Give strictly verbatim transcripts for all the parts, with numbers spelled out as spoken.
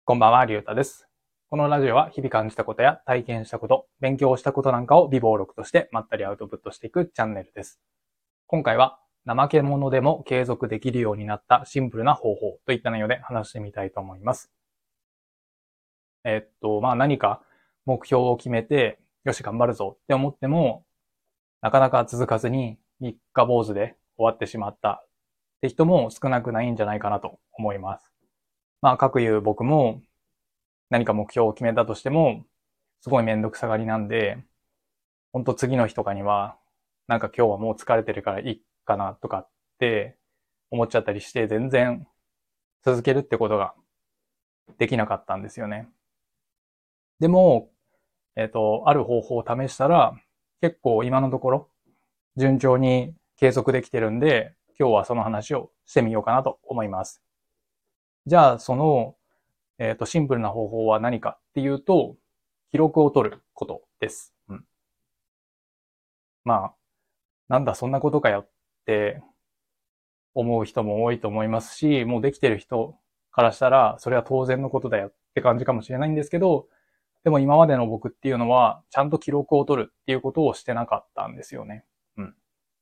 こんばんは、りゅうたです。このラジオは日々感じたことや体験したこと、勉強したことなんかを微暴録としてまったりアウトプットしていくチャンネルです。今回は怠け者でも継続できるようになったシンプルな方法といった内容で話してみたいと思います。えっと、まあ何か目標を決めて、よし頑張るぞって思っても、なかなか続かずに三日坊主で終わってしまったって人も少なくないんじゃないかなと思います。まあ、各いう僕も何か目標を決めたとしても、すごいめんどくさがりなんで、ほんと次の日とかには、なんか今日はもう疲れてるからいいかなとかって思っちゃったりして、全然続けるってことができなかったんですよね。でも、えっと、ある方法を試したら、結構今のところ順調に継続できてるんで、今日はその話をしてみようかなと思います。じゃあ、その、えっと、シンプルな方法は何かっていうと、記録を取ることです。うん、まあ、なんだそんなことかよって思う人も多いと思いますし、もうできてる人からしたら、それは当然のことだよって感じかもしれないんですけど、でも今までの僕っていうのは、ちゃんと記録を取るっていうことをしてなかったんですよね。うん。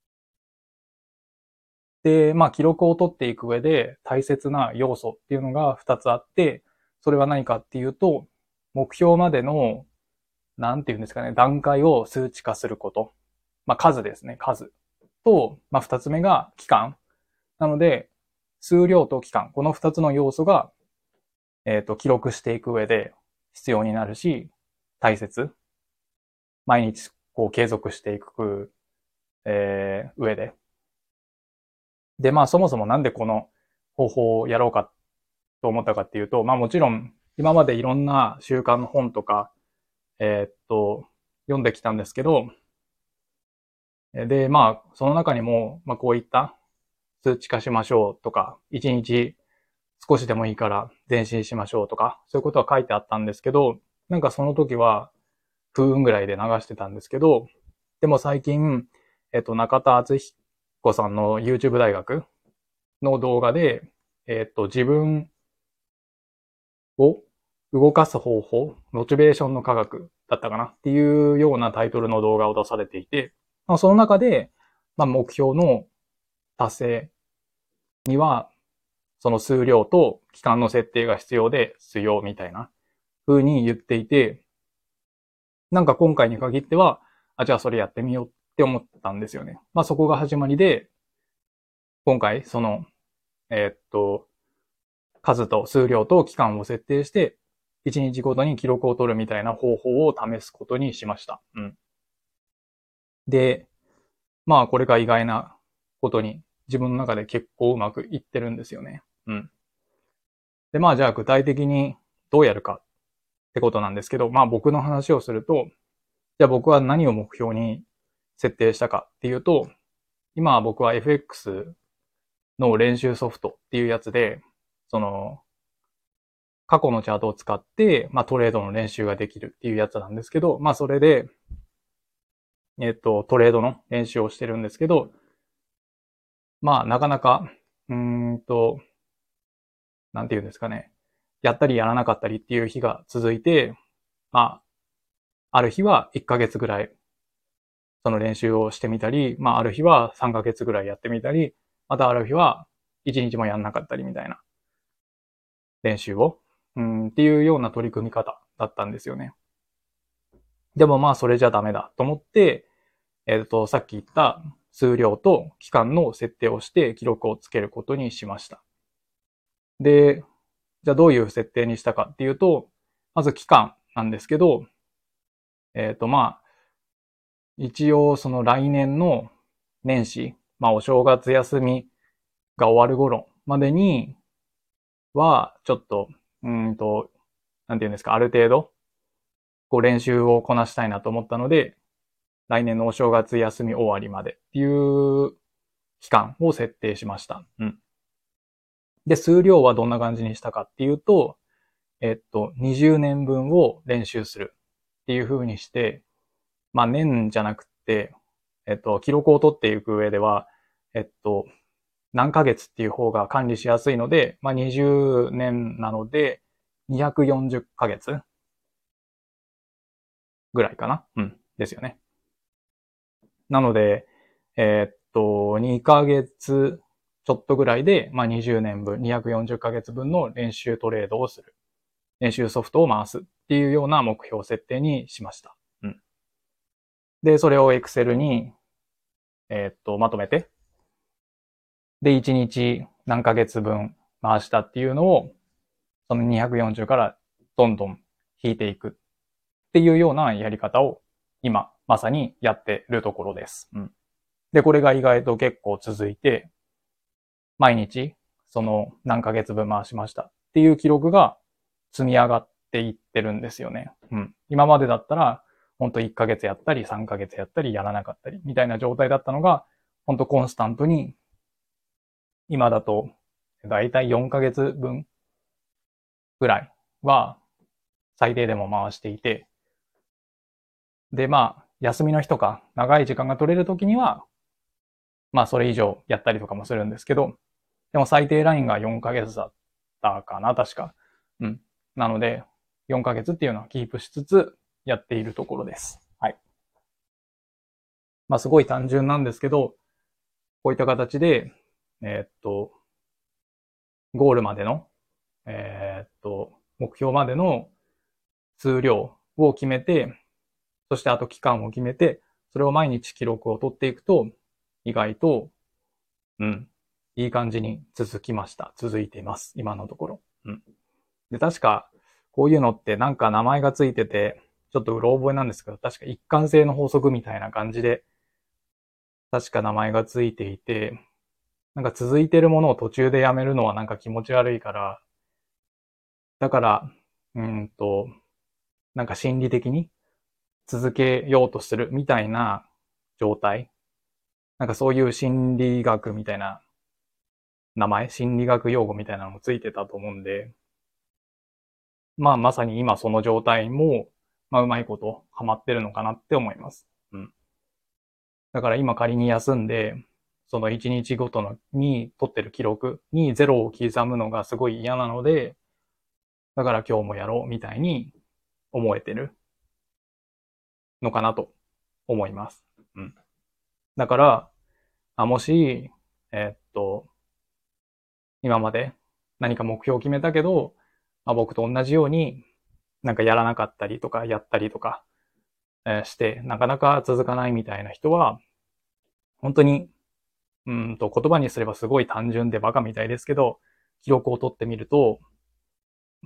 で、まあ記録を取っていく上で大切な要素っていうのがふたつあって、それは何かっていうと、目標までの、なんていうんですかね、段階を数値化すること。まあ数ですね、数。と、まあ二つ目が期間。なので、数量と期間、この二つの要素が、えっと、記録していく上で必要になるし、大切。毎日こう継続していく、えー、上で。で、まあそもそもなんでこの方法をやろうかと思ったかっていうと、まあもちろん今までいろんな習慣の本とか、えーっと、読んできたんですけど、で、まあその中にも、まあこういった数値化しましょうとか、一日少しでもいいから前進しましょうとか、そういうことは書いてあったんですけど、なんかその時は不運ぐらいで流してたんですけど、でも最近、えっと、中田敦彦さんの YouTube 大学の動画で、えっと、自分を動かす方法、モチベーションの科学だったかなっていうようなタイトルの動画を出されていて、まあ、その中で、まあ、目標の達成には、その数量と期間の設定が必要ですよ、みたいな風に言っていて、なんか今回に限っては、あ、じゃあそれやってみようって思ったんですよね。まあそこが始まりで、今回その、えーっと、数と数量と期間を設定して、いちにちごとに記録を取るみたいな方法を試すことにしました。うん。で、まあこれが意外なことに自分の中で結構うまくいってるんですよね。うん。で、まあじゃあ具体的にどうやるかってことなんですけど、まあ僕の話をすると、じゃあ僕は何を目標に設定したかっていうと、今は僕は エフエックス の練習ソフトっていうやつで、その、過去のチャートを使って、まあトレードの練習ができるっていうやつなんですけど、まあそれで、えっと、トレードの練習をしてるんですけど、まあなかなか、うーんと、なんていうんですかね、やったりやらなかったりっていう日が続いて、まあ、ある日はいっかげつぐらいその練習をしてみたり、まあある日はさんかげつぐらいやってみたり、またある日はいちにちもやんなかったりみたいな練習を、うんっていうような取り組み方だったんですよね。でもまあそれじゃダメだと思って、えっと、さっき言った数量と期間の設定をして記録をつけることにしました。で、じゃあどういう設定にしたかっていうと、まず期間なんですけど、えっとまあ、一応その来年の年始、まあお正月休みが終わる頃までには、ちょっと、うんと、なんていうんですか、ある程度、こう練習をこなしたいなと思ったので、来年のお正月休み終わりまでっていう期間を設定しました。うん。で、数量はどんな感じにしたかっていうと、えっと、にじゅうねんぶんを練習するっていう風にして、まあ年じゃなくて、えっと、記録を取っていく上では、えっと、何ヶ月っていう方が管理しやすいので、まあにじゅうねんなので、 にひゃくよんじゅっかげつぐらいかな。うん。ですよね。なので、えー、っと、にかげつちょっとぐらいで、まあ、にじゅうねんぶん、にひゃくよんじゅっかげつぶんの練習トレードをする。練習ソフトを回すっていうような目標設定にしました。うん。で、それを Excel に、えー、っと、まとめて、で、いちにち何ヶ月分回したっていうのを、そのにひゃくよんじゅうからどんどん引いていくっていうようなやり方を今、まさにやってるところです。うん。で、これが意外と結構続いて、毎日、その何ヶ月分回しましたっていう記録が積み上がっていってるんですよね。うん。今までだったら、ほんといっかげつやったり、さんかげつやったり、やらなかったり、みたいな状態だったのが、ほんとコンスタントに、今だと、だいたいよんかげつぶんぐらいは、最低でも回していて、で、まあ、休みの日とか、長い時間が取れるときには、まあ、それ以上やったりとかもするんですけど、でも最低ラインがよんかげつだったかな、確か。うん。なので、よんかげつっていうのはキープしつつやっているところです。はい。まあ、すごい単純なんですけど、こういった形で、えー、っと、ゴールまでの、えー、っと、目標までの数量を決めて、そしてあと期間を決めて、それを毎日記録を取っていくと、意外と、うん、いい感じに続きました。続いています。今のところ。うん。で、確か、こういうのってなんか名前がついてて、ちょっとうろ覚えなんですけど、確か一貫性の法則みたいな感じで、確か名前がついていて、なんか続いてるものを途中でやめるのはなんか気持ち悪いから、だから、うんと、なんか心理的に続けようとするみたいな状態。なんかそういう心理学みたいな名前、心理学用語みたいなのもついてたと思うんで、まあまさに今その状態も、まあうまいことハマってるのかなって思います。うん。だから今仮に休んで、そのいちにちごとのに取ってる記録にゼロを刻むのがすごい嫌なので、だから今日もやろうみたいに思えてるのかなと思います。うん。だから、あもし、えーっと、今まで何か目標を決めたけど、まあ、僕と同じようになんかやらなかったりとかやったりとか、えーして、なかなか続かないみたいな人は、本当に、うんと言葉にすればすごい単純でバカみたいですけど、記録を取ってみると、うん、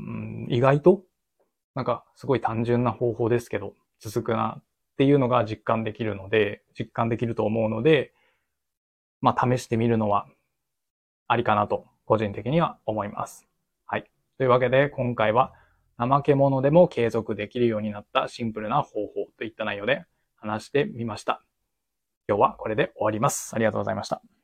意外と、なんかすごい単純な方法ですけど、続くなっていうのが実感できるので、実感できると思うので、まあ試してみるのはありかなと、個人的には思います。はい。というわけで、今回は、怠け者でも継続できるようになったシンプルな方法といった内容で話してみました。今日はこれで終わります。ありがとうございました。